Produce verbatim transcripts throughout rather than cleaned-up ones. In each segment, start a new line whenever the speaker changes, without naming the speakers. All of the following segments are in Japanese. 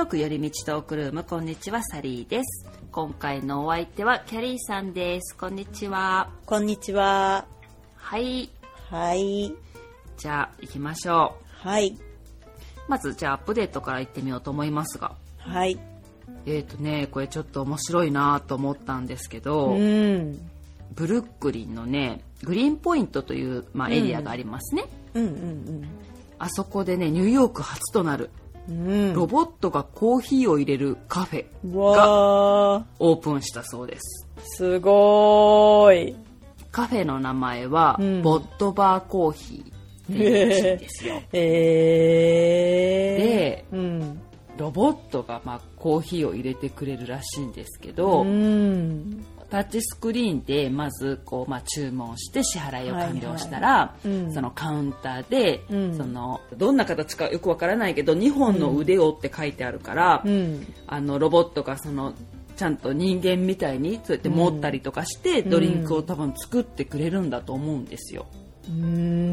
ヨーク寄り道トークルーム、こんにちは、サリーです。今回のお相手はキャリーさんです。こんにちは。
こんにちは。
はい
はい
じゃあ行きましょ
う。はい
まずじゃあアップデートから行ってみようと思いますが、
はい
えーとねこれちょっと面白いなと思ったんですけど、
うん
ブルックリンのねグリーンポイントという、まあ、エリアがありますね、
うんうんうん
あそこでねニューヨーク初となる
うん、
ロボットがコーヒーを入れるカフェ
わ
がオープンしたそうです。
すごーい。
カフェの名前は、うん、ボットバーコーヒーっていうらしいんですよ。
えー、
で、
うん、
ロボットが、まあ、コーヒーを入れてくれるらしいんですけど、
うん、
タッチスクリーンでまずこう、まあ、注文して支払いを完了したら、はいはいうん、そのカウンターで、うん、そのどんな形かよくわからないけどにほんの腕をって書いてあるから、うん、あのロボットがそのちゃんと人間みたいにそうやって持ったりとかして、うん、ドリンクを多分作ってくれるんだと思うんですよ。
うー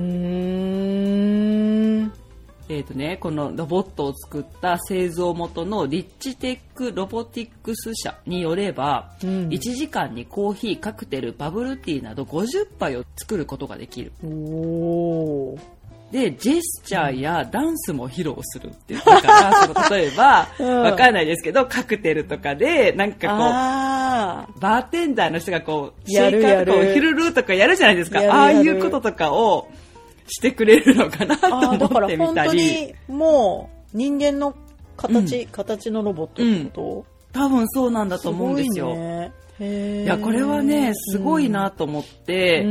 ん
えーとね、このロボットを作った製造元のリッチテックロボティックス社によれば、うん、いちじかんにコーヒー、カクテル、バブルティーなどごじゅっぱいを作ることができる。
おー
でジェスチャーやダンスも披露するっていうだからその例えば、うん、わかんないですけどカクテルとかでなんかこうバーテンダーの人がこうシェイカーとかをヒルルとかやるじゃないですか。ああいうこととかをしてくれるのかなと思ってみたり。だから
本当にもう人間の形、うん、形のロボットってこと、うん、
多分そうなんだと思うんですよ。
すごいね。へ
いやこれはねすごいなと思って、うん、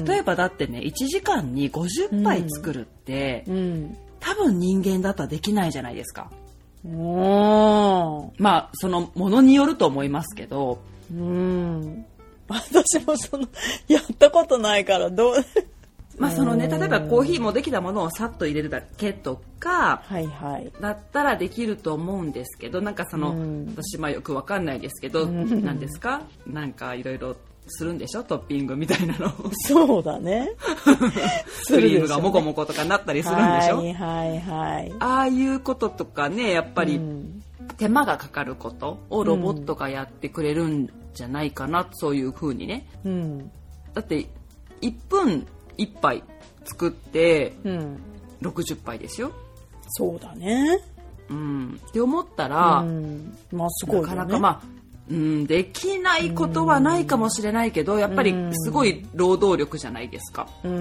例えばだってねいちじかんにごじゅっぱい作るって、うんうん、多分人間だったらできないじゃないですか。
お
まあそのものによると思いますけど、
うん、私もそのやったことないからどう
まあそのね、例えばコーヒーもできたものをさっと入れるだけとか、
はいはい、
だったらできると思うんですけど、なんかその、うん、私まあよくわかんないですけど、うん、なんですかなんかいろいろするんでしょトッピングみたいなの
そうだね
クリームがモコモコとかなったりするんでしょ、
はいはいはい、
ああいうこととかねやっぱり手間がかかることをロボットがやってくれるんじゃないかな、うん、そういう風にね、うん、だっていっぷんいっぱい作ってろくじゅっぱいですよ。
そうだね、
うん、って思ったら、うん、
まあすごいよね、
なかなかまあ、うん、できないことはないかもしれないけどやっぱりすごい労働力じゃないですか、
うん、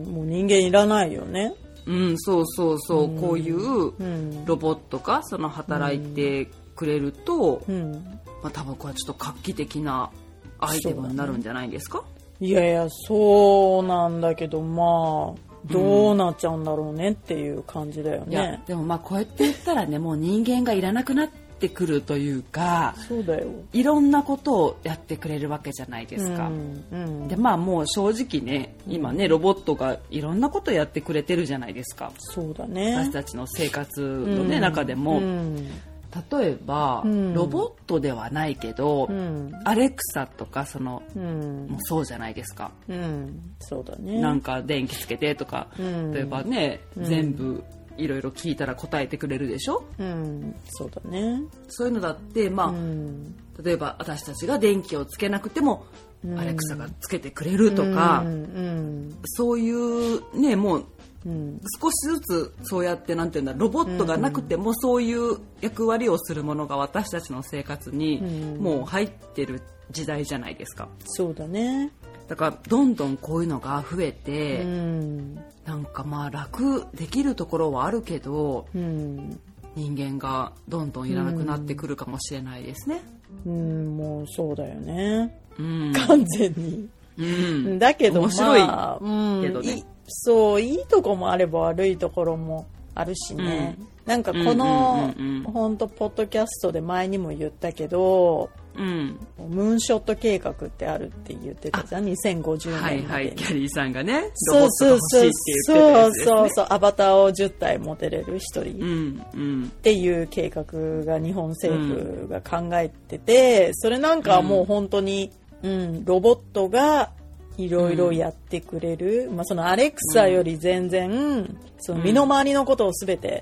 もう人間いらないよね。
うん、そうそうそう、うん、こういうロボットがその働いてくれると、うんまあ、多分これはちょっと画期的なアイテムになるんじゃないですか。
いやいやそうなんだけどまあどうなっちゃうんだろうねっていう感じだよね、うん、いや
でもまあこうやって言ったらねもう人間がいらなくなってくるというか
そうだよ
いろんなことをやってくれるわけじゃないですか、うんうん、でまあもう正直ね今ねロボットがいろんなことやってくれてるじゃないですか。
そうだね
私たちの生活の、ねうん、中でも、うん例えば、うん、ロボットではないけど、うん、アレクサとかその、うん、もうそうじゃないですか、
うん、そうだね
なんか電気つけてとか、うん、例えばね、うん、全部いろいろ聞いたら答えてくれるでしょ、うん、
そうだね
そういうのだってまあ、うん、例えば私たちが電気をつけなくても、うん、アレクサがつけてくれるとか、うんうん、そういうねもううん、少しずつそうやってなんていうんだロボットがなくてもそういう役割をするものが私たちの生活にもう入ってる時代じゃないですか。
そうだね
だからどんどんこういうのが増えて、うん、なんかまあ楽できるところはあるけど、うん、人間がどんどんいらなくなってくるかもしれないですね、
うんうん、もうそうだよね、うん、完全に、うん、だけど
面白いけどね、
まあうんそういいとこもあれば悪いところもあるしね、うん、なんかこの、うんうんうんうん、ほんとポッドキャストで前にも言ったけど、うん、ムーンショット計画ってあるって言ってたじゃんにせんごじゅうねんまでに
はいはいキャリーさんがねロボットが欲しいって言ってたやつですね。
そうそうそうアバターをじゅったい持てれるひとり、うんうん、っていう計画が日本政府が考えてて、うん、それなんかはもう本当に、うん、ロボットがいろいろやってくれる、うんまあ、そのアレクサより全然、うん、その身の回りのことをすべて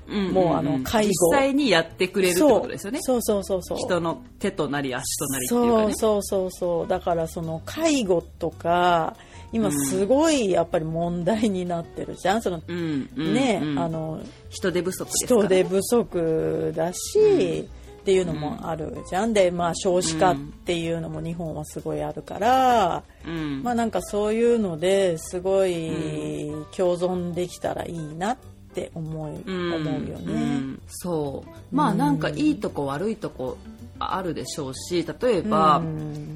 うんうんうん、
もうあの介護
実際にやってくれるってことですよね。
そうそうそうそう
人の手となり足となりっていうかね。
そうそうそうだからその介護とか今すごいやっぱり問題になってるじゃん。その、うんうん、ね、うん、あの
人手不足ですからね。
人手不足だし、うん、っていうのもあるじゃん。で、まあ少子化っていうのも日本はすごいあるから、うん、まあなんかそういうのですごい共存できたらいいなって思い、うん、思うよね。うん、
そうまあなんかいいとこ悪いとこあるでしょうし、例えば、うん、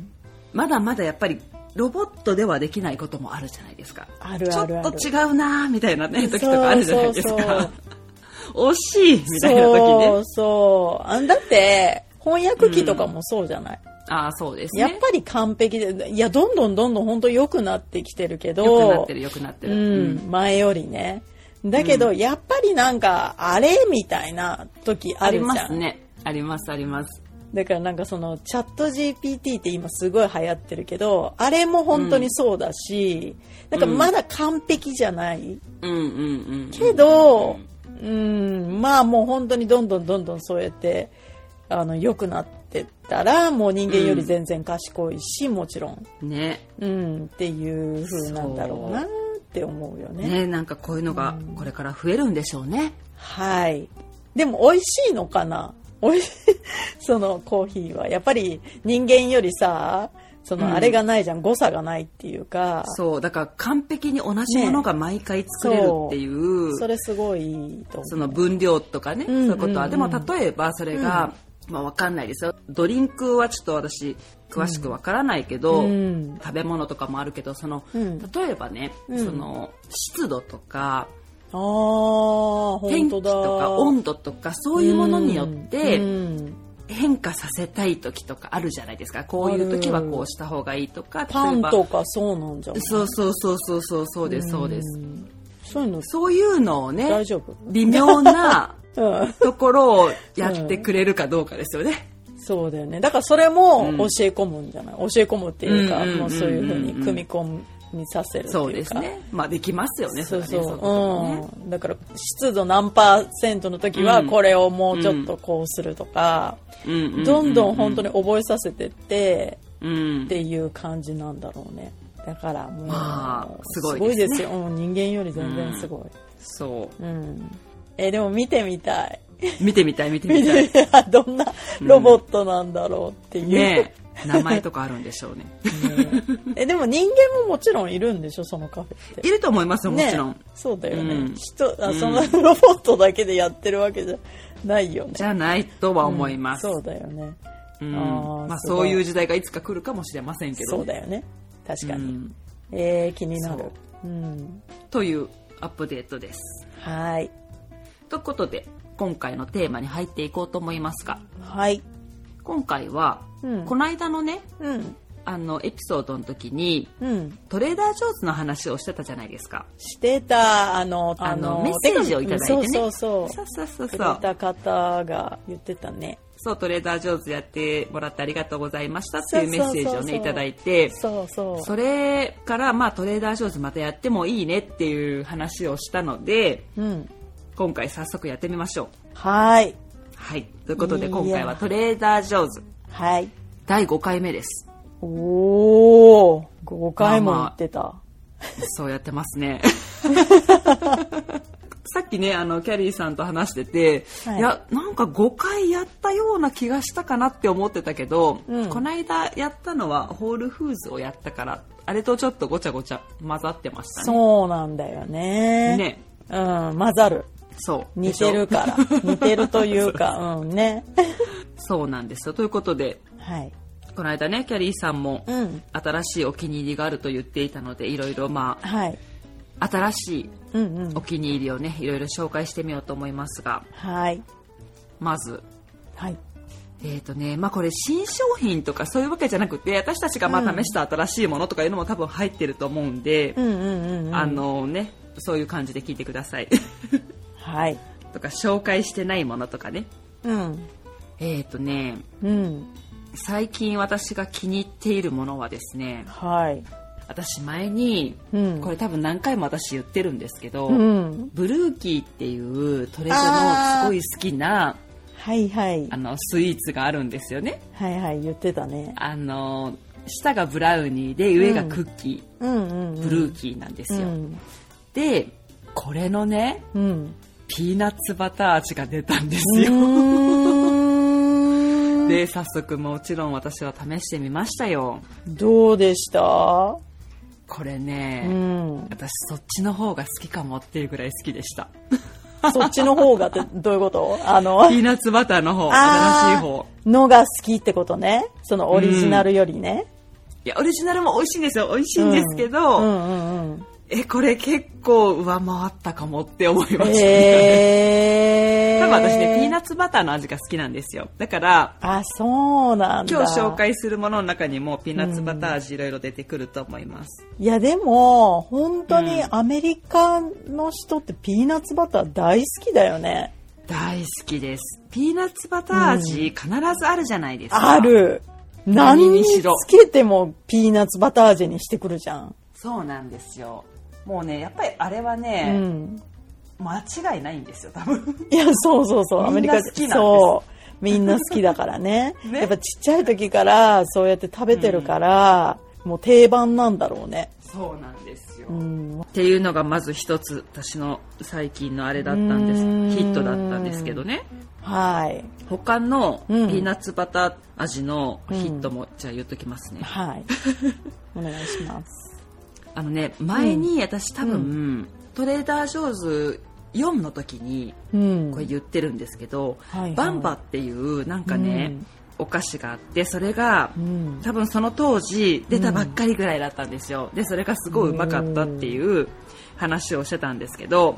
まだまだやっぱりロボットではできないこともあるじゃないですか。
あるあるある。
ちょっと違うなみたいなね時とかあるじゃないですか。そうそうそう惜しいみたいな時ね。
そうそうあだって翻訳機とかもそうじゃない。
うん、あそうですね。
やっぱり完璧でいやどんどんどんどん本当良くなってきてるけど
良くなってる良くなってる、
うん、前よりね。だけど、うん、やっぱりなんかあれみたいな時あるじゃん。
ありますね。ありますあります。
だからなんかそのチャット ジーピーティー って今すごい流行ってるけどあれも本当にそうだし、うん、なんかまだ完璧じゃない、うんうんうん、けど、うん、まあもう本当にどんどんどんどんそうやってあの良くなってったらもう人間より全然賢いし、うん、もちろん、
ね
うん、っていう風なんだろうなって思うよね。
ねなんかこういうのがこれから増えるんでしょうね、うん、
はいでも美味しいのかなおいそのコーヒーはやっぱり人間よりさそのあれがないじゃん、うん、誤差がないっていうか
そうだから完璧に同じものが毎回作れるっていう、
ね、そ, それすごいいいと思う。
その分量とかね、うんうんうん、そういうことはでも例えばそれが、うんまあ、分かんないですよ。ドリンクはちょっと私詳しく分からないけど、うん、食べ物とかもあるけどその、うん、例えばね、うん、その湿度とか
あー
天気とか温度とかそういうものによって変化させたい時とかあるじゃないですか。こういう時はこうした方がいいとか
パンとかそうなんじゃない。
そうそうそうそうそうそうですそうです。
そういうの
そういうのをね
大丈夫
微妙なところをやってくれるかどうかですよね。
うん、そうだよね。だからそれも教え込むんじゃない、うん、教え込むっていうか、うん、もうそういう風に組み込むにさせるっていうか。
そうですね。まあできますよね。
そうそう。そうそうね、うん。だから湿度何パーセントの時はこれをもうちょっとこうするとか、うん、どんどん本当に覚えさせてって、うん、っていう感じなんだろうね。だからもう、まあ、すごいですね。すごいですよ。うん、人間より全然すごい。うん、
そう。
うん。えでも見てみたい。
見てみたい見てみたい。
どんなロボットなんだろうっていう。うん、
ね名前とかあるんでしょうね。
ねえでも人間ももちろんいるんでしょそのカフェって。
いると思いますよもちろん。
ね、そうだよね。うん、人あそのロボットだけでやってるわけじゃないよね。
じゃないとは思います。
うん、そうだよね。
うんあまあそういう時代がいつか来るかもしれませんけど。
そうだよね。確かに。うん、えー、気になる。
うん、というアップデートです。
はい。
ということで今回のテーマに入っていこうと思いますが。
はい。
今回は、うん、この間のね、
うん、
あのエピソードの時に、
うん、
トレーダージョーズの話をしてたじゃないですか。
してたあの
あのメッセージをいただいてね。
そうそう
そうそうそうそう。
くれた方が言ってたね。
そうトレーダージョーズやってもらってありがとうございましたっていうメッセージをねいただいて、
そうそう
それからまあトレーダージョーズまたやってもいいねっていう話をしたので、
うん、
今回早速やってみましょう。
はい。
はい。ということで今回はトレーダージョーズ。
はい。
だいごかいめです。
おー、ごかいも言ってた。まあま
あ、そうやってますね。さっきね、あの、キャリーさんと話してて、はい、いや、なんかごかいやったような気がしたかなって思ってたけど、うん、この間やったのはホールフーズをやったから、あれとちょっとごちゃごちゃ混ざってましたね。
そうなんだよね。
ね。
うん、混ざる。
そう。
似てるから。似てるというか、うんね。
そうなんですよ。ということで、
はい。
この間ね、キャリーさんも、
うん、
新しいお気に入りがあると言っていたので、いろいろまあ、
はい、
新しいお気に入りをね、いろいろ紹介してみようと思いますが、
はい。
まず、
はい。
えーとね、まあこれ新商品とかそういうわけじゃなくて、私たちがまあ試した新しいものとかいうのも多分入ってると思うんで、
うんうんうんうん、
あのね、そういう感じで聞いてください。
はい。
とか紹介してないものとかね。
うん。
えーとね、
うん。
最近私が気に入っているものはですね、
はい。
私前に、うん、これ多分何回も私言ってるんですけど、うん、ブルーキーっていうトレジョのすごい好きな
はいはい、
あのスイーツがあるんですよね。
はいはい、言ってたね。
あの下がブラウニーで上がクッキー、うんうんうん、ブルーキーなんですよ、うん、でこれのね、うん、ピーナッツバター味が出たんですよで早速もちろん私は試してみましたよ。
どうでした？こ
れね、うん、私そっちの方が好きかもっていうぐらい好きでした
そっちの方がってどういうこと？あの
ピーナッツバターの方、新しい方
のが好きってことね。そのオリジナルよりね、
うん、いやオリジナルも美味しいんですよ。美味しいんですけど、うんうんうんうん、えこれ結構上回ったかもって思いましたね、えー、多分私ねピーナッツバターの味が好きなんですよ。だから
あそうなんだ、
今日紹介するものの中にもピーナッツバター味いろいろ出てくると思います、
うん、いやでも本当にアメリカの人ってピーナッツバター大好きだよね、
うん、大好きです。ピーナッツバター味、うん、必ずあるじゃないですか。
ある。何につけてもピーナッツバター味にしてくるじゃん。
そうなんですよ。もうねやっぱりあれはね、うん、間違いないんですよ多分。
いやそうそうそう、アメリカ好きなんです。そうみんな好きだからねね、やっぱちっちゃい時からそうやって食べてるから、うん、もう定番なんだろうね。
そうなんですよ、うん、っていうのがまず一つ私の最近のあれだったんです。ヒットだったんですけどね。はい。他のピーナッツバター味のヒットも、うん、じゃあ言っときますね。はい。
お願いします。
あのね前に私多分、うん、トレーダージョーズよんの時にこれ言ってるんですけど、うんはいはい、バンバっていうなんかね、うん、お菓子があってそれが、うん、多分その当時出たばっかりぐらいだったんですよ。でそれがすごいうまかったっていう話をしてたんですけど、うん、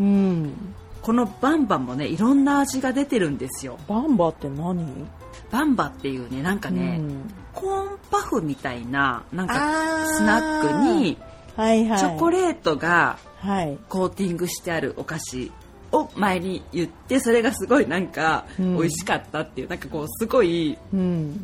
このバンバもねいろんな味が出てるんですよ。
バンバって何？
バンバっていうねなんかね、うん、コーンパフみたいななんかスナックにはいはい、チョコレートがコーティングしてあるお菓子を前に言ってそれがすごいなんか美味しかったっていう、うん、なんかこうすごい、うん、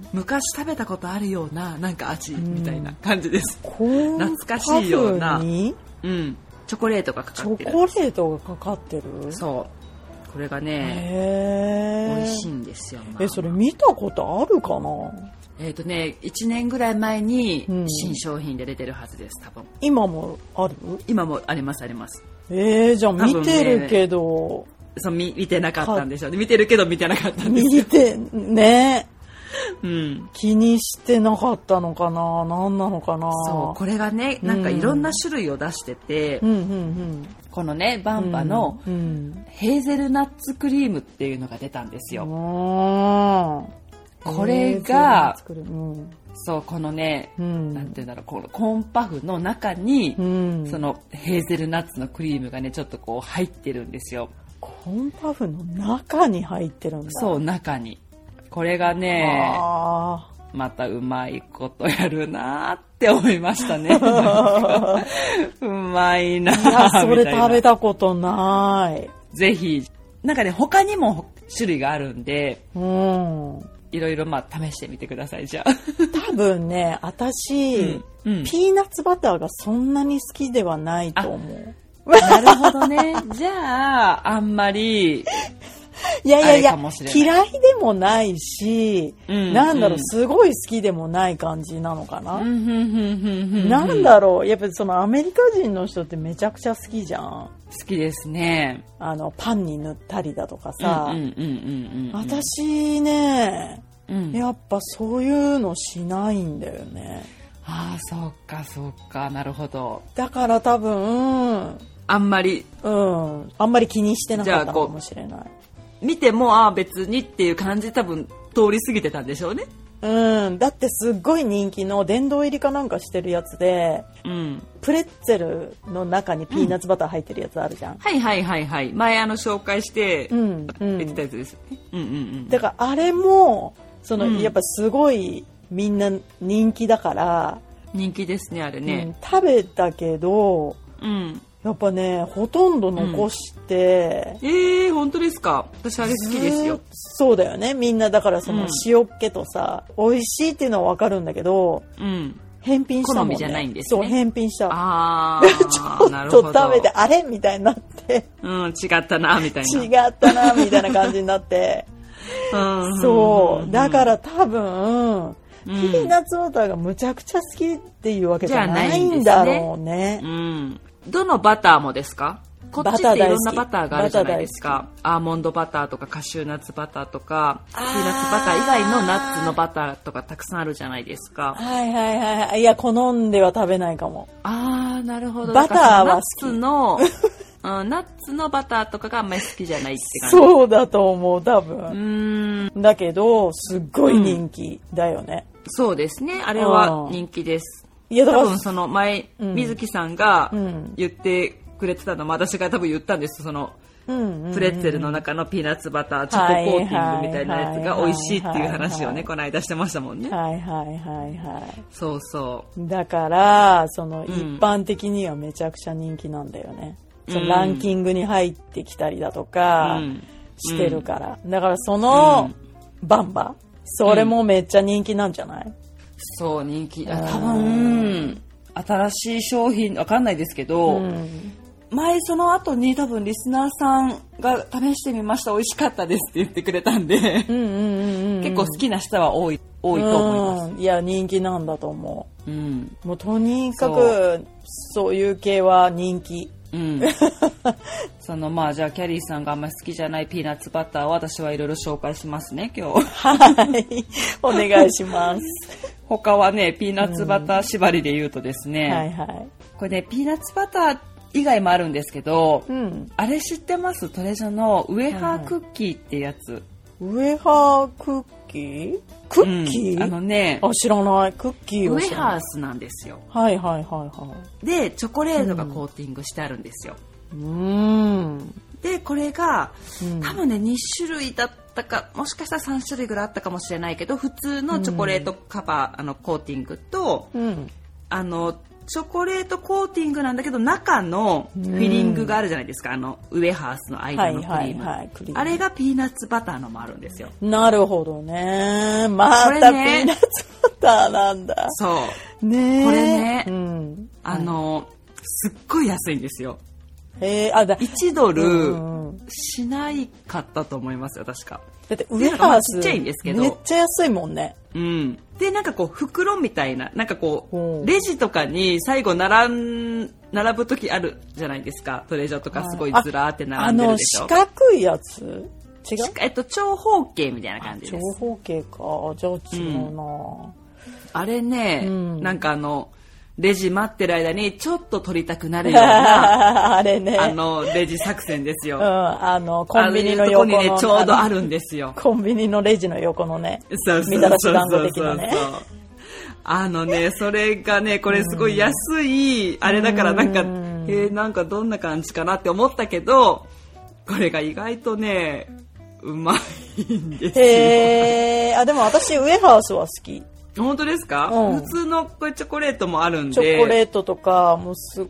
昔食べたことあるようななんか味みたいな感じです、うん、懐かしいような、うん、チョコレートがかかってる。
チョコレートがかかってる。
そうこれがね美味しいんですよ、
まあ、えそれ見たことあるかな。
えーとね、いちねんぐらい前に新商品で出てるはずです多分。
今もある？
今もありますあります。
えー、じゃあ見てるけど、
ね、そう 見, 見てなかったんでしょうね。見てるけど見てなかったんですよ。
見てね、うん、気にしてなかったのかな、何なのかな。
そうこれがねなんかいろんな種類を出してて、うんうんうん、このねバンバのヘーゼルナッツクリームっていうのが出たんですよ。うんこれが、うん、そうこのね、うん、なんていうんだろうこのコーンパフの中に、うん、そのヘーゼルナッツのクリームがねちょっとこう入ってるんですよ。
コーンパフの中に入ってるんだ。
そう中にこれがねまたうまいことやるなって思いましたねうまいな。い
やそれ食べたことない。
ぜひなんかね他にも種類があるんで、うんいろいろまあ試してみてください。じゃあ
多分ね私、うんうん、ピーナッツバターがそんなに好きではないと思う。
なるほどね。じゃああんまり
いやいやいや嫌いでもないし、うん、なんだろう、うん、すごい好きでもない感じなのかな、うん、なんだろうやっぱりそのアメリカ人の人ってめちゃくちゃ好きじゃん。
好きですね。
あのパンに塗ったりだとかさ、私ね、うん、やっぱそういうのしないんだよね。
ああそうかそうかなるほど。
だから多分
あんまり
うんあんまり気にしてなかったかもしれない。
見てもああ別にっていう感じで多分通り過ぎてたんでしょうね。
うんだってすっごい人気の殿堂入りかなんかしてるやつで、うん、プレッツェルの中にピーナッツバター入ってるやつあるじゃん、うん、はい
はいはいはい前あの紹介して言ってたやつですよね、うんうんうん、
だからあれもその、うん、やっぱすごいみんな人気だから
人気ですねあれね、
うん、食べたけど、うん、やっぱねほとんど残して、
うん、えー本当ですか。私あれ好きですよ。
そうだよねみんなだからその塩っ気とさ、うん、美味しいっていうのは分かるんだけど、うん、 返品したもんね。
好みじゃないんですね。
そう、返品した。
あ
ーちょっと食べて、あれみたいになって。
うん、違ったな、みたいな。
違ったな、みたいな感じになって。そう。だから多分、ピーナッツバターがむちゃくちゃ好きっていうわけじゃないんだろうね。
うん。どのバターもですか？こっちっていろんなバターがあるじゃないですか。アーモンドバターとかカシューナッツバターとか、ピーナッツバター以外のナッツのバターとかたくさんあるじゃないですか。
はいはいはい。いや、好んでは食べないかも。
あー、なるほど。
バターは好き。
ナッツの、うん、ナッツのバターとかがあんまり好きじゃないって感
じ。そうだと思う、多分。うーん。だけど、すっごい人気だよね。
うん、そうですね。あれは人気です。
いや、だから
多分その前、うん、水木さんが言ってくれてたのも私が多分言ったんです。その、うんうんうん、プレッツェルの中のピーナッツバター、チョココーティングみたいなやつが美味しいっていう話をね、この間してましたもんね。
はいはいはいはい。
そうそう。
だから、その一般的にはめちゃくちゃ人気なんだよね。うん、そのランキングに入ってきたりだとかしてるから。うん、だからその、うん、バンバ、それもめっちゃ人気なんじゃない？
そう、人気。あ、多分、新しい商品、わかんないですけど、うん、前その後に多分リスナーさんが試してみました、美味しかったですって言ってくれたんで、うんうんうんうん、結構好きな人は多い、多いと思います。
うん、いや、人気なんだと思う。うん、もうとにかく、そう、そういう系は人気。うん、
そのまあじゃあキャリーさんがあんまり好きじゃないピーナッツバターを私はいろいろ紹介しますね今日。
はいお願いします。
他はねピーナッツバター縛りで言うとですね、うんはいはい、これねピーナッツバター以外もあるんですけど、うん、あれ知ってます？トレジョのウエハークッキーってやつ、はいはい、
ウエハークッキークッキー、
うん、あのね
あ知らないクッキーを
ウエハースなんですよ。
はいはいはいはい
でチョコレートがコーティングしてあるんですよ。
うん
でこれが、うん、多分ねに種類だったかもしかしたらさん種類ぐらいあったかもしれないけど普通のチョコレートカバー、うん、あのコーティングと、うん、あのチョコレートコーティングなんだけど中のフィリングがあるじゃないですか、うん、あのウエハースの間のクリーム、はいはいはい、クリームあれがピーナッツバターのもあるんですよ。
なるほどね。また、ね、ピーナッツバターなんだ。
そう
ね
これね、うん、あのすっごい安いんですよ。
へーあだ
いちドルしないかったと思いますよ確か。
だってウエハース
ちっちゃいんですけど
めっちゃ安いもんね。
うん、でなんかこう袋みたいななんかこうレジとかに最後並ん並ぶ時あるじゃないですか。トレジョとかすごいずらーって並んでるでしょ。
あの四角いやつ違う？
えっと長方形みたいな感じです。
長方形かじゃあ違うな、うん、
あれね、うん、なんかあのレジ待ってる間にちょっと取りたくなるような
あれね
あのレジ作戦ですよ。
うん、あのコンビニの横の
あのとこにねちょうどあるんですよ。
コンビニのレジの横のねみたらし団子的なね。
あのねそれがねこれすごい安い、うん、あれだからなんか、うん、えー、なんかどんな感じかなって思ったけどこれが意外とねうまいんですよ。
へーあでも私ウエハースは好き。
本当ですか、うん、普通のこれチョコレートもあるんで
チョコレートとかもす、うん、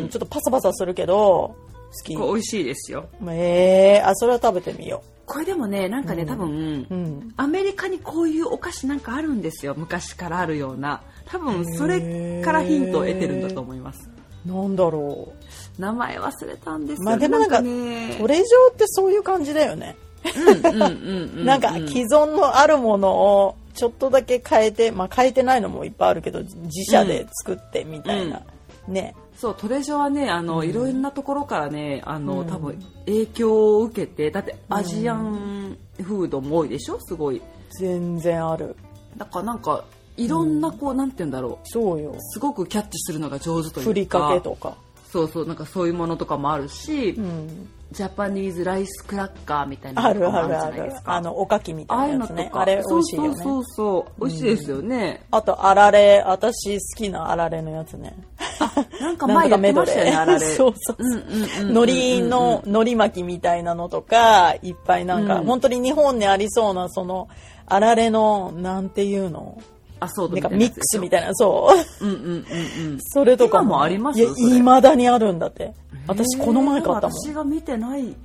ちょっとパサパサするけど好き。
これ美味しいですよ。
えー、あそれは食べてみよう。
これでもねなんかね、うん、多分、うん、アメリカにこういうお菓子なんかあるんですよ。昔からあるような多分それからヒントを得てるんだと思います。
なんだろ
う名前忘れたんですよ。
まあでもなんか、ね、トレジョってそういう感じだよね。なんか既存のあるものをちょっとだけ変えて、まあ変えてないのもいっぱいあるけど自社で作ってみたいな、うん、ね。
そうトレジョはねあの、うん、いろんなところからねあの、うん、多分影響を受けてだってアジアンフードも多いでしょすごい。
全然ある。
だからなんかいろんなこう、うん、なんて言うんだろう
そうよ
すごくキャッチするのが上手というか
ふりかけとか
そうそうなんかそういうものとかもあるし、うん、ジャパニーズライスクラッカーみたいな
のとかもあるじゃないですか。あるあるあるあのおかきみたいなやつね。 あ, あれ美味しいよね。
そうそうそう美味しいですよね、
うん、あとあられ私好きなあられのやつね。
あなんか前やってましたよねあられ。
そうそうそう海苔の海苔巻きみたいなのとかいっぱいなんか、うん、本当に日本にありそうなそのあられのなんていうの
あそう
なんかミックスみたいなそううんうんうんうんそれとかも
今もあります
よ。いや未だにあるんだって。私この前買ったもん。
私が見てない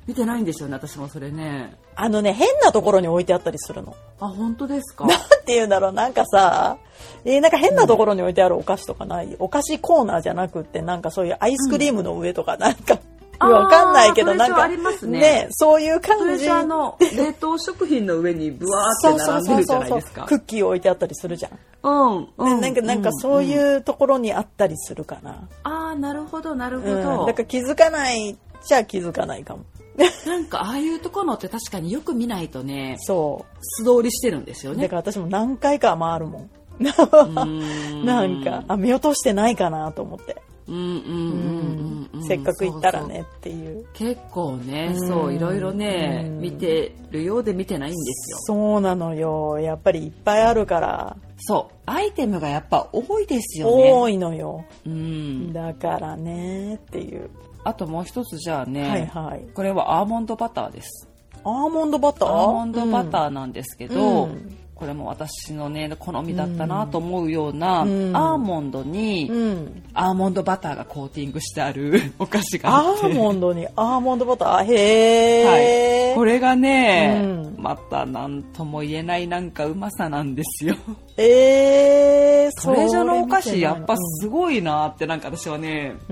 見てないんですよね、私もそれね。
あのね、変なところに置いてあったりするの。
あ、本当ですか？
なんて言うんだろう、なんかさ、えー、なんか変なところに置いてあるお菓子とかない？うん、お菓子コーナーじゃなくって、なんかそういうアイスクリームの上とか、なんか、うん、わかんないけど、なんか、
ありますね。
ね、そういう感じ。
それあの、冷凍食品の上にブワーって並んでるじゃないですか。そうそうそうそう、
クッキー置いてあったりするじゃん。
うん。うん、
なんか、なんかそういうところにあったりするかな。うん、
ああ、なるほど、なるほど。うん、
だから気づかないじゃ気づかないかも。
なんかああいうところって確かによく見ないとね、
そう
素通りしてるんですよね。
だから私も何回か回るもん。んなんかあ見落としてないかなと思って。うんうんうんうん、せっかく行ったらねっていう。
結構ね、うん、そういろいろね、うん、見てるようで見てないんですよ。
そうなのよ。やっぱりいっぱいあるから。
そうアイテムがやっぱ多いですよね。
多いのよ。
うん、
だからねっていう。
あともう一つじゃあね、
はいはい、
これはアーモンドバターです。
アーモンドバター？
アーモンドバターなんですけど、
うん、
これも私のね好みだったなと思うような、うん、アーモンドに、うん、アーモンドバターがコーティングしてあるお菓子があって、
アーモンドにアーモンドバター、へー、
はい、これがね、うん、また何とも言えないなんかうまさなんですよ。
えー、
トレジョのお菓子やっぱすごいなってなんか私はね、
うん、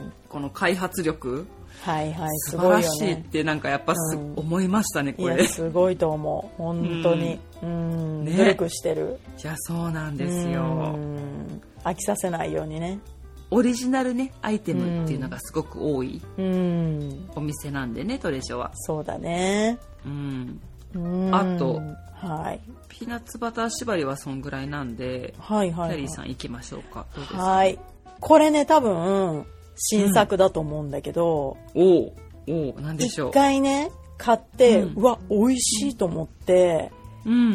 この開発力、
はいはい、
素晴らしいってなんかやっぱす、うん、思いましたねこれ。
いやすごいと思う本当に、うんうんね、努力してる。
いやそうなんですよ。
うん飽きさせないようにね。
オリジナルねアイテムっていうのがすごく多い、うん、お店なんでねトレジョは。
そうだね。
うん、うんあと、
はい、
ピーナッツバター縛りはそんぐらいなんで、
はいはいはい、
キャリーさん行きましょうか。どうですか？
はい、これね多分新作だと思うんだけど、
うん、おうおう何でしょう。
一回ね買って、うん、うわ美味しいと思って、
うんうん、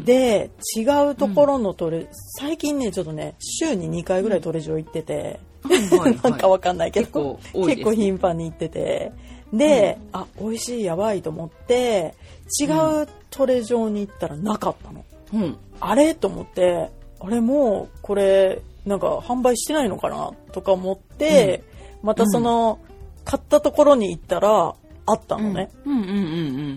で違うところのトレ、うん、最近ねちょっとね週ににかいぐらいトレジョ行ってて、うんはいはい、なんかわかんないけど結構、結構頻繁に行っててで、うん、あ美味しいやばいと思って違うトレジョに行ったらなかったの、
うん、あ
れと思ってあれもうこれなんか販売してないのかなとか思って、うん、またその、うん、買ったところに行ったらあったのね、
うんうんうんうん、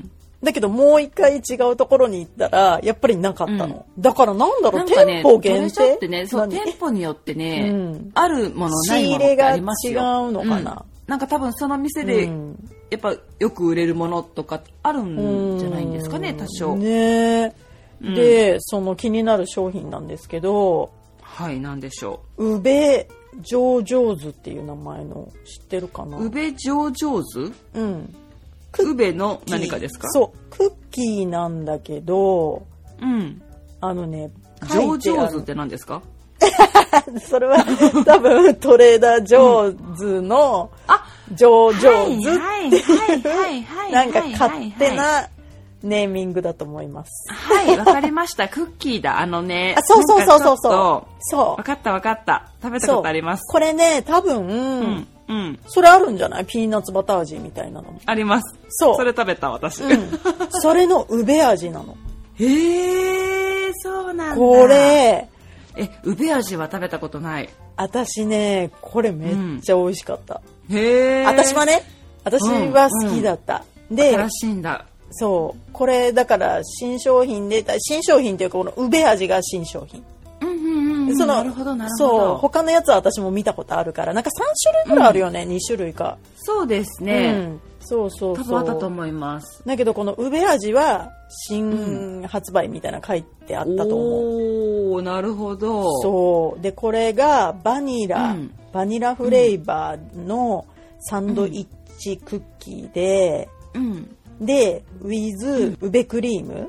だけどもう一回違うところに行ったらやっぱりなかったの、うん、だからなんだろう、
ね、
店舗限定
ってね、そう店舗によってね、うん、あるものないものってありますよ。
仕入れが違うのかな、うん、
なんか多分その店でやっぱよく売れるものとかあるんじゃないんですかね、多少
ね。で、その気になる商品なんですけど、
はい、なんでしょ
う。ウベジョージョーズっていう名前の知ってるかな。
ウベジョージョーズ？
うん。
ウベの何かですか？
そう、クッキーなんだけど、
うん。
あのね、
ジョージョーズって何ですか？
それは多分トレーダージョーズのジョージョーズっていうなんか勝手なネーミングだと思います。
はい、わかりました。クッキーだ。あのね。
あ、そうそうそうそうそう。そう。
わかったわかった。食べたことあります。
これね、多分、
うんうん、
それあるんじゃない？ピーナッツバター味みたいなのも。
あります。
そう。
それ食べた私。
うん、それのウベ味なの。
へえ、そうなんだ。
これ。
え、ウベ味は食べたことない。
私ね、これめっちゃ美味しかった。
うん、へえ。
私はね、私は好きだった。うんうん、で、
新しいんだ。
そう。これだから新商品で、新商品っていうかこのウベ味が新商品。
うんうんうん。そのなるほどなるほ
ど。そう。他のやつは私も見たことあるから、なんかさん種類ぐらいあるよね、うん、に種類か。
そうですね。うん、
そうそうそう。
多分あったと思います。
だけどこのウベ味は新発売みたいな書いてあったと思う。
おー、なるほど。
そう。で、これがバニラ、うん、バニラフレーバーのサンドイッチクッキーで、
うん。
で、ウィズウベクリーム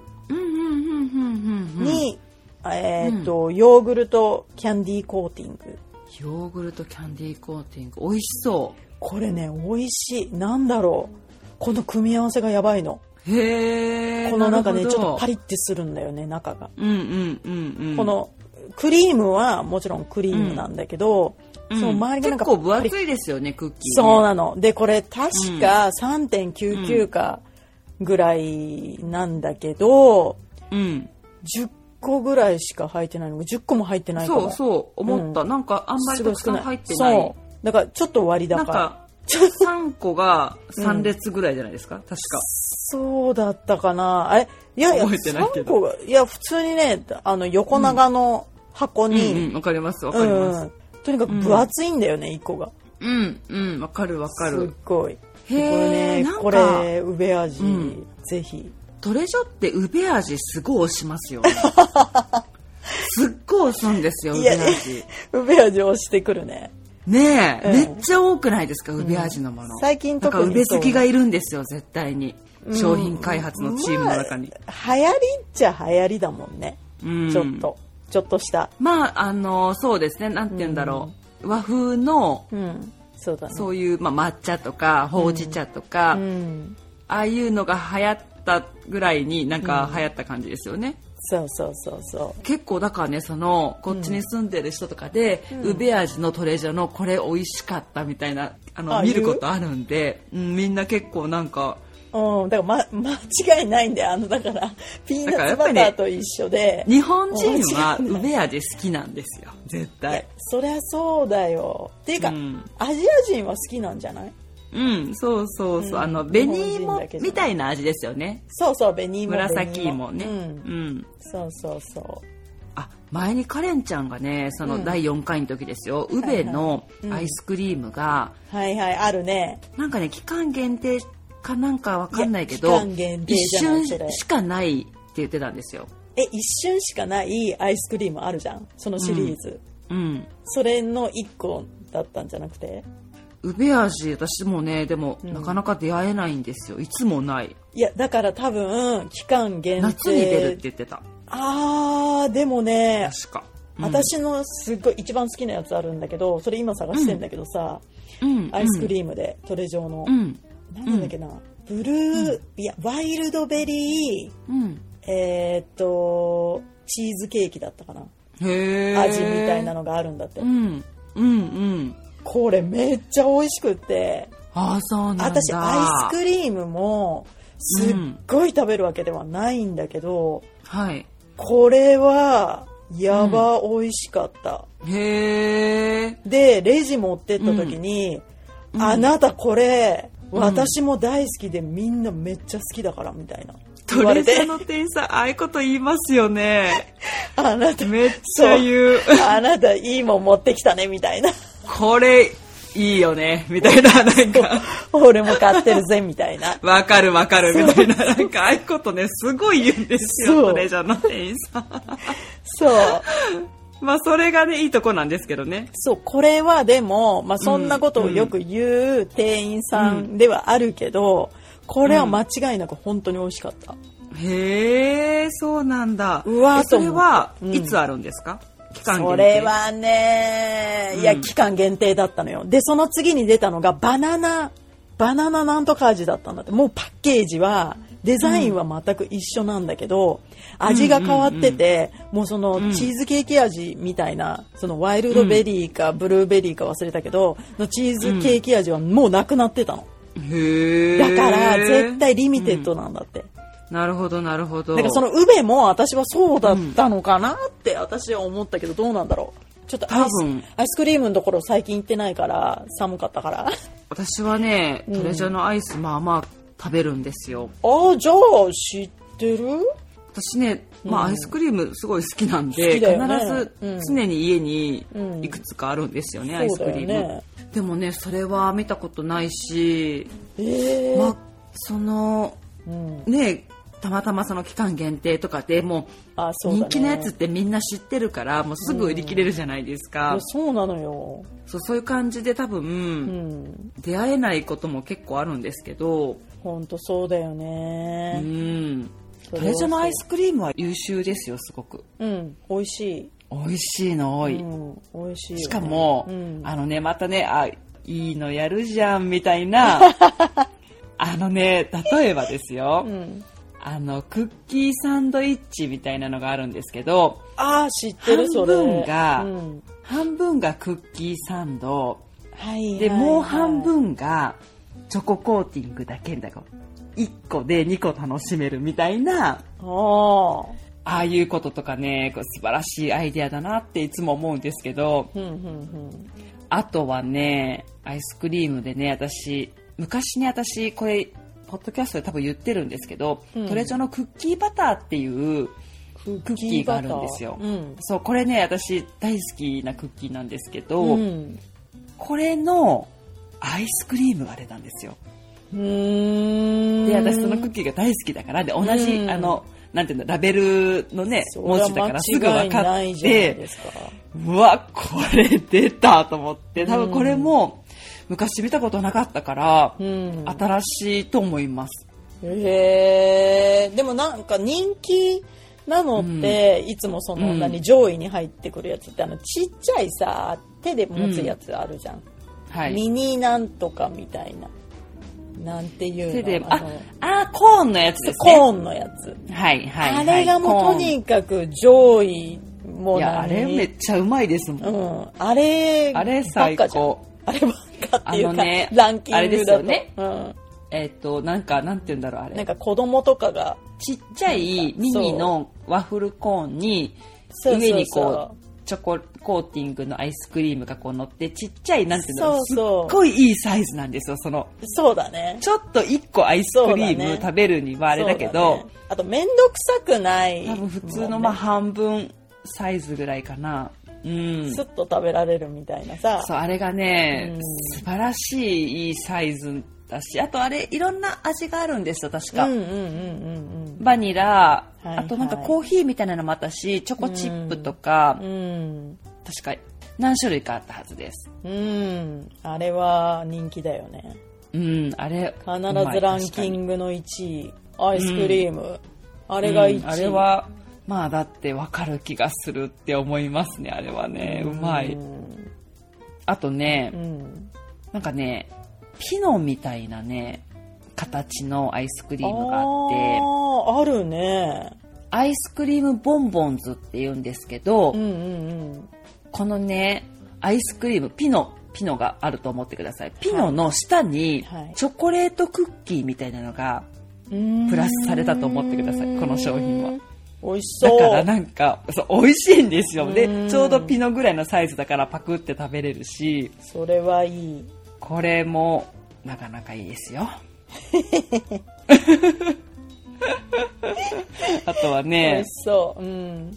に、えっと、ヨーグルトキャンディーコーティング。
ヨーグルトキャンディーコーティング。美味しそう。
これね、美味しい。なんだろう。この組み合わせがやばいの。
へー。
このなんかね、ちょっとパリってするんだよね、中が。
うんうんうんうん。
このクリームはもちろんクリームなんだけど、
うん、そう周りがなんか結構分厚いですよね、クッキー、ね。
そうなの。で、これ確か さんてんきゅうきゅう かぐらいなんだけど、
うん、
じゅっこぐらいしか入ってないのがじゅっこも入ってないかも。
そうそう思った、うん、なんかあんまりたくさん入ってない。
そうだからちょっと割高。
なんかさんこがさん列ぐらいじゃないですか、うん、確か。
そうだったかな。あれいやいや、
覚えてないけど
さんこが、いや、普通にね、あの、横長の箱に。
うん、うん、わかります、わかります、うん。
とにかく分厚いんだよね、いっこが。
うん、うん、わかるわかる。
すっごい。
へー、これね、
なんかこれ、ウベ味、うん、ぜひ。
トレジョってウベ味すごい押しますよね。すっごい押すんですよ、ウベ味。
ウベ味押してくるね。
ねえ、うん、めっちゃ多くないですか、ウベ味のもの。
うん、最近特
に。なんかウベ好きがいるんですよ、絶対に。商品開発のチームの中に。
まあ、流行りっちゃ流行りだもんね。うん、ちょっと。ちょっとした。
まあ、あの、そうですね、なんて言うんだろう。うん、和風の、
うん、そうだね。
そういう、まあ、抹茶とか、ほうじ茶とか、うん、ああいうのが流行ったぐらいになんか流行った感じですよね。
そうそうそうそう。
結構だからね、そのこっちに住んでる人とかで、うん、ウベ味のトレジョのこれ美味しかったみたいなあの見ることあるんで、うん、みんな結構なんか、
うん、だから、ま、間違いないんだよ。あのだからピーナッツバターと一緒で、
ね、日本人はウベ味好きなんですよ、絶対。
そりゃそうだよ。っていうか、うん、アジア人は好きなんじゃない？
うん、そうそうそう、うん、あの紅芋みたいな味ですよね。
そうそう、紅芋、
紫芋ね。うん、うん、
そうそうそう。
あ、前にカレンちゃんがね、そのだいよんかいの時ですよ、うん、ウベのアイスクリームが、
はいはい、あるね。
なんかね、期間限定かなんかわかんないけど、一瞬しかないって言ってたんですよ。
え、一瞬しかないアイスクリームあるじゃん、そのシリーズ。
うん。うん、
それのいっこだったんじゃなくて？
ウベ味、私もね、でも、うん、なかなか出会えないんですよ。いつもない。
いや、だから多分期間限定。
夏に出るって言ってた。
あー、でもね、
確か、
うん、私のすっごい一番好きなやつあるんだけど、それ今探してんだけどさ、
うん、
アイスクリームで、トレ状の、うん、なんだっけな、ブルー、うん、いやワイルドベリー、うん、えー、っとチーズケーキだったかな、
へー、
味みたいなのがあるんだって。
うんうんうん。
これめっちゃ美味しくって、
あ、そうなんだ。
私アイスクリームもすっごい食べるわけではないんだけど、
うん、はい、
これはやば美味しかった、
うん、へー。
でレジ持ってった時に、うん、あなたこれ、うん、私も大好きでみんなめっちゃ好きだからみたいな
トレジョの店員さん、ああいうこと言いますよね。
あなた
めっちゃ言う。
あなたいいもん持ってきたねみたいな。
これいいよねみたいな、なんか
俺も買ってるぜみたいな。
わかるわかるみたいな、なんかああいうことね、すごい言うんですよ、トレジョの店員さん。
そう。
まあそれがね、いいとこなんですけどね。
そう、これはでも、まあそんなことをよく言う店員さんではあるけど、うん、これは間違いなく本当に美味しかった。
うん、へえ、そうなんだ。うわ、それはいつあるんですか？うん、期間限定。それ
はね、いや、うん、期間限定だったのよ。で、その次に出たのがバナナ、バナナなんとか味だったんだって。もうパッケージは、デザインは全く一緒なんだけど、うん、味が変わってて、うんうんうん、もうそのチーズケーキ味みたいな、そのワイルドベリーかブルーベリーか忘れたけど、のチーズケーキ味はもうなくなってたの。
へー。
だから絶対リミテッドなんだって。
うん、なるほどなるほど。
だからそのウベも私はそうだったのかなって私は思ったけど、どうなんだろう。ちょっとアイス、アイスクリームのところ最近行ってないから寒かったから。
私はね、トレジョのアイスまあまあ食べるんですよ。
ああ、じゃあ知ってる？
私ね、まあ、アイスクリームすごい好きなんで、ね、必ず常に家にいくつかあるんですよね、うん、アイスクリーム、ね、でもね、それは見たことないし、
えー、
まあその、うん、ね、たまたまその期間限定とかでもう人気のやつってみんな知ってるからもうすぐ売り切れるじゃないですか、
うん、そうなのよ。
そう、そういう感じで多分、うん、出会えないことも結構あるんですけど、
ほんとそうだよね。
うん、トレジョのアイスクリームは優秀ですよ、すごく。
うん、美味しい。
美味しいの多い。
うん、美味しいよね。
しかも、うん、あのね、またね、あ、いいのやるじゃんみたいな。あのね、例えばですよ、うん、あのクッキーサンドイッチみたいなのがあるんですけど、
あー、知ってるそれ。
半分が、うん、半分がクッキーサンド、
はいはいはい、
でもう半分がチョココーティングだけだからいっこでにこ楽しめるみたいな、
あ
あいうこととかね、こう素晴らしいアイデアだなっていつも思うんですけど、
うんうんうん、
あとはね、アイスクリームでね、私昔ね、私これポッドキャストで多分言ってるんですけど、うん、トレジョのクッキーバターっていうクッキーがあるんですよ、うん、そうこれね私大好きなクッキーなんですけど、うん、これのアイスクリームが出たんですよ。うーんで私そのクッキーが大好きだからで同じ、うん、あのなんていうのラベルのね文字だからすぐ分かってうわこれ出たと思って多分これも昔見たことなかったから、うん、新しいと思います。
へーでもなんか人気なのって、うん、いつもその何、うん、上位に入ってくるやつってあのちっちゃいさ手で持つやつあるじゃん、うんはい、ミニなんとかみたいななんていうの手で
ああコーンのやつですね。
コーンのやつ
はいはい、はい、
あれがもうとにかく上位もう
いやあれめっちゃうまいですもん、
うん、あれ
あれ最高
あればっかっていうか、
ね、
ランキングだと
あれですよね、うんえっとなんかなんて言うんだろうあれ
なんか子供とかが
ちっちゃいミニのワッフルコーンに上にこうチョココーティングのアイスクリームがこう乗ってちっちゃいなんていうのそうそうすっごいいいサイズなんですよ。その
そうだね
ちょっといっこアイスクリーム食べるにはあれだけど、
ね、あとめんどくさくない
多分普通のまあ半分サイズぐらいかな、うん、
スッと食べられるみたいなさ
そうあれがね、うん、素晴らしいいいサイズだしあとあれいろんな味があるんですよ確か、うんうんうんうん、バニラ、はいはい、あとなんかコーヒーみたいなのもあったしチョコチップとか、うん、確か何種類かあったはずです、
うん、あれは人気だよね、
うん、あれ
必ずランキングのいちいアイスクリーム、うん、あれがいちい、うん、
あれはまあだって分かる気がするって思いますねあれはね、うん、うまいあとね、うん、なんかねピノみたいなね形のアイスクリームがあって
ああるね
アイスクリームボンボンズって言うんですけど、うんうんうん、このねアイスクリームピノピノがあると思ってください。ピノの下にチョコレートクッキーみたいなのがプラスされたと思ってくださいこの商品は。
美味しそう
だからなんかそう美味しいんですよ。でちょうどピノぐらいのサイズだからパクって食べれるし
それはいい。
これもなかなかいいですよあとはね
美味しそう、うん、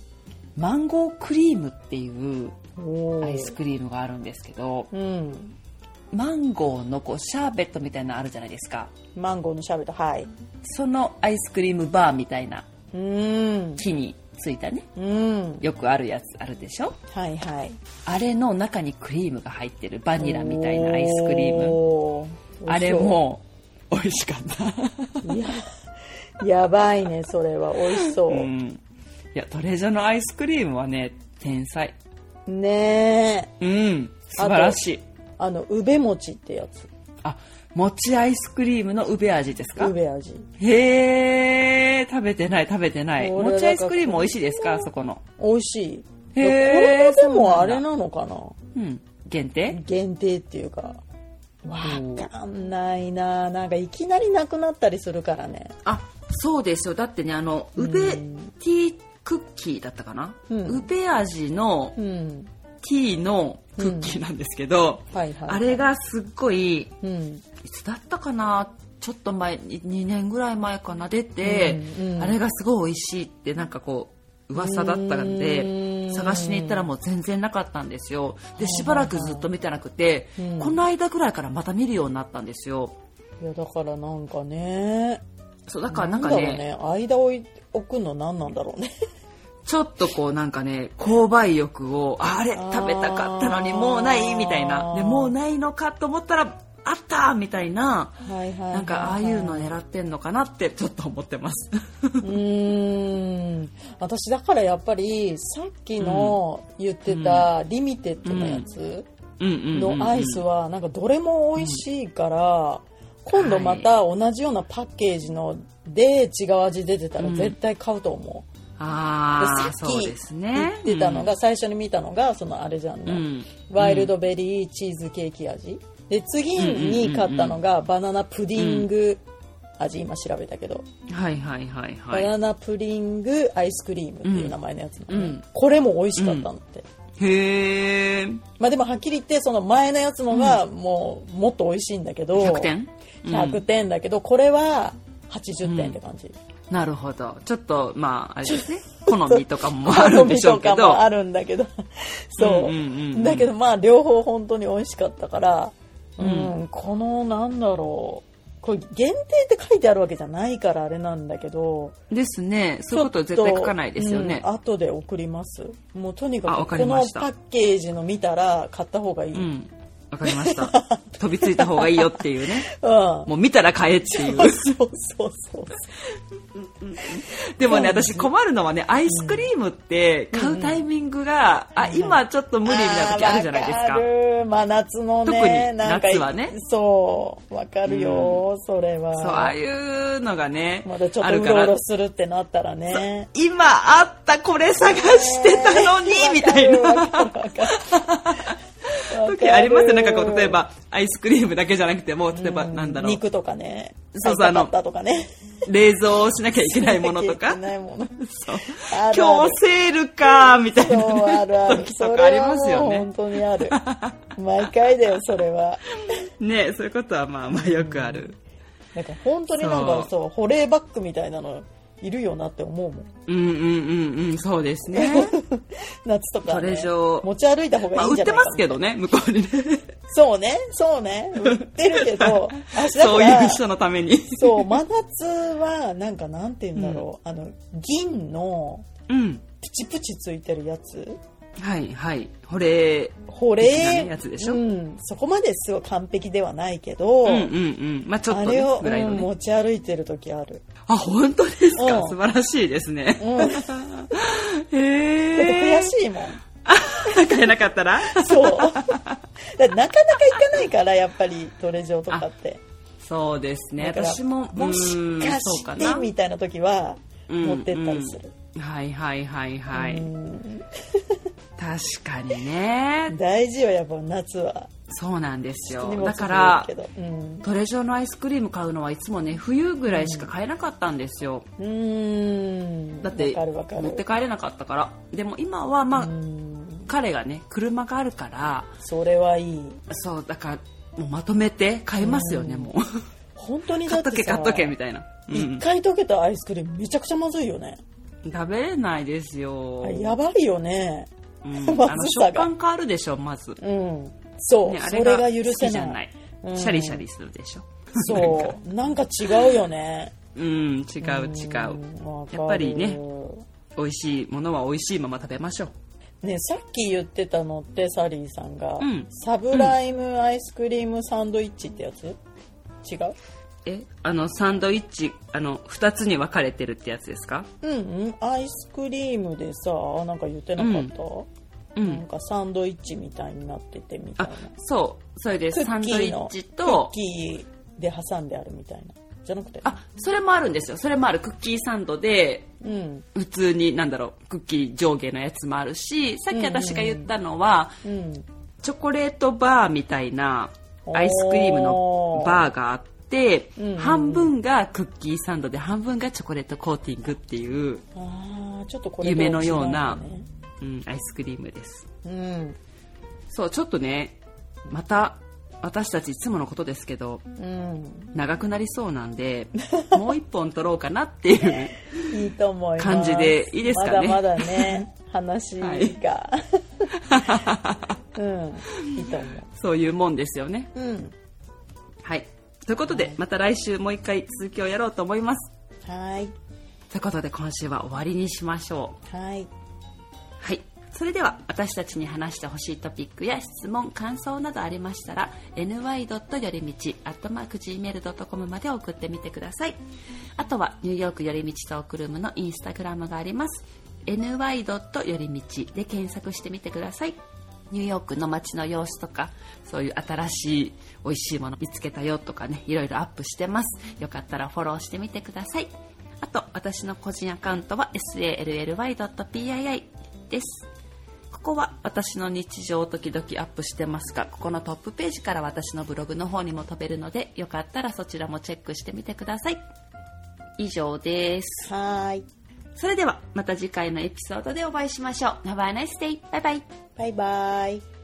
マンゴークリームっていうアイスクリームがあるんですけど、うん、マンゴーのこうシャーベットみたいなのあるじゃないですか。
マンゴーのシャーベットはい
そのアイスクリームバーみたいな木についたね、うん、よくあるやつあるでしょ。
はいはい。
あれの中にクリームが入ってるバニラみたいなアイスクリームあれも美味しかった
いややばいねそれは美味しそう、うん、
いやトレジョのアイスクリームはね天才
ね
えうん素晴らしい。
あ, あのうべ餅ってやつ
あ餅アイスクリームのうべ味ですか。
うべ味
へー食べてない食べてない。餅アイスクリーム美味しいですかそこの。
美味しい。へーこれもでもあれなのかな、
うん、限定
限定っていうかわかんないな。なんかいきなりなくなったりするからね。
あそうですよ。だってねあのうべティークッキーだったかな、うん、うべ味のティーのクッキーなんですけど、うんはいはいはい、あれがすっごい、うん、いつだったかなちょっと前にねんぐらい前かな出て、うんうん、あれがすごい美味しいってなんかこう噂だったんで探しに行ったらもう全然なかったんですよ。でしばらくずっと見てなくて、うん、この間ぐらいからまた見るようになったんですよ。
いやだからなんかね
そうだからなんかね、
なんだろうね間を置くの何なんだろうね
ちょっとこうなんかね購買欲を あ, あれ食べたかったのにもうないみたいなでもうないのかと思ったらあったみたいな、はいはいはいはい、なんかああいうの狙ってんのかなってちょっと思ってます
うーん私だからやっぱりさっきの言ってたリミテッドのやつのアイスはなんかどれも美味しいから、うん、今度また同じようなパッケージので違う味出てたら絶対買うと思う、うん
あ
さっき言ってたのが、ねうん、最初に見たのがそのあれじゃんね、うん、ワイルドベリーチーズケーキ味で次に買ったのがバナナプディング味、うん、今調べたけど、
はいはいはいはい、
バナナプディングアイスクリームっていう名前のやつなの、ねうん、これも美味しかったのって、
へえ。
まあでもはっきり言ってその前のやつのがもうもっと美味しいんだけど、
ひゃくてん、
うん、ひゃくてんだけどこれははちじゅってんって感じ、うん、
なるほど。ちょっとまああれですね好みとかもあるんでしょうけど
好みとかもあるんだけどそう、うんうんうんうん、だけどまあ両方本当に美味しかったから、うんうん、このなんだろうこれ限定って書いてあるわけじゃないからあれなんだけど
ですね。そういうことは絶対書かないですよね、
うん、後で送ります。もうとにかくこのパッケージの見たら買った方がいい。
うんわかりました飛びついた方がいいよっていうね、うん、もう見たら買えっていう
そうそうそうそう
でもね私困るのはねアイスクリームって買うタイミングが、うん、あ今ちょっと無理みたいな時あるじゃないですか。
わかる、まあ、夏のね
特に夏はね
そうわかるよ、うん、それは
そうああいうのがね
まだちょっとうろうろするってなったらね
今あったこれ探してたのに、えー、みたいなわかるわかる時ありますよ。なんかこう例えばアイスクリームだけじゃなくても例えばなんだろう
肉とかね
そうそうあの
とかね
冷蔵しなきゃいけないものとか
ないもの
そう今日セールかみたいな、ね、
そうあるある
時とかありますよね。
本当にある毎回だよそれは
ねそういうことはまあまあよくある、
うん、なんか本当になんかそう保冷バッグみたいなのいるよなって思うもん。
うんうんうんうんそうですね
夏とか、ね、
それ上
持ち歩いた方がいいんじゃないか、まあ、売って
ますけどね向こうにね
そうねそうね売ってるけど
そういう人のために
そう真夏はなんかなんて言うんだろう、うん、あの銀のプチプチついてるやつ、
はいはい保冷
保冷
やつでしょ、
うん、そこまですごい完璧ではないけど、
うんうんうんまあちょっと、ね、
あれを、
ぐらいのね
うん、持ち歩いてる時ある。
あ本当ですか、
うん、
素晴らしいですね、うん、へえ
だって悔しいもん
買えなかったら
そうだなかなか行かないからやっぱりトレジョとかって
そうですね私も
もしかしてみたいな時は持ってったりする、
うんうん、はいはいはいはい確かにね
大事よやっぱ夏は。
そうなんですよ。だから、うん、トレジョのアイスクリーム買うのはいつもね冬ぐらいしか買えなかったんですよ、
うん、
だって持って帰れなかったから。でも今はまあ彼がね車があるから
それはいい。
そうだからもうまとめて買いますよね、うん、もう
本当にだってさ
買っとけ買っとけみたいな、
うん、一回溶けたアイスクリームめちゃくちゃまずいよね。
食べれないですよ。
やばいよね、
うん、あの食感変わるでしょまず、
うんそう、ね、あれがそれが許せない。
うん、シャリシャリするでしょ。
そうなんか違うよね。
うん違う違う、うん、やっぱりね美味しいものは美味しいまま食べましょ
う。ねさっき言ってたのってサリーさんが、
うん、
サブライムアイスクリームサンドイッチってやつ、違う？
えあのサンドイッチあのふたつに分かれてるってやつですか？
うんうんアイスクリームでさなんか言ってなかった？うんうん、なんかサンドイッチみたいになっててみたいな。あ
そうそれでサンドイッチと
クッキーで挟んであるみたいなじゃなくて
あそれもあるんですよ。それもあるクッキーサンドで、うん、普通になんだろうクッキー上下のやつもあるしさっき私が言ったのは、うんうん、チョコレートバーみたいなアイスクリームのバーがあってで、うんうん、半分がクッキーサンドで半分がチョコレートコーティングっていう
あちょっとこれ
夢のような、うん、アイスクリームです、
うん、
そうちょっとねまた私たちいつものことですけど、うん、長くなりそうなんでもう一本取ろうかなっていう
いいと思います
感じでいいですかね。
まだまだね話が、はい、うん、いいと思う。
そういうもんですよね、
うん、
はいということで、はい、また来週もう一回続きをやろうと思います。
はい
ということで今週は終わりにしましょ
う。はい
はい、それでは私たちに話してほしいトピックや質問感想などありましたら エヌワイ よりみち アットマーク ジーメール ドットコム まで送ってみてください。あとはニューヨークよりみちトークルームのインスタグラムがあります。 エヌワイ よりみち で検索してみてください。ニューヨークの街の様子とかそういう新しい美味しいもの見つけたよとかねいろいろアップしてます。よかったらフォローしてみてください。あと私の個人アカウントは エスエーエルエルワイ ドット ピーアイアイ です。ここは私の日常を時々アップしてますがここのトップページから私のブログの方にも飛べるのでよかったらそちらもチェックしてみてください。以上です。
はい
それではまた次回のエピソードでお会いしましょう。Have a nice day. バイバイ。
バイバイ。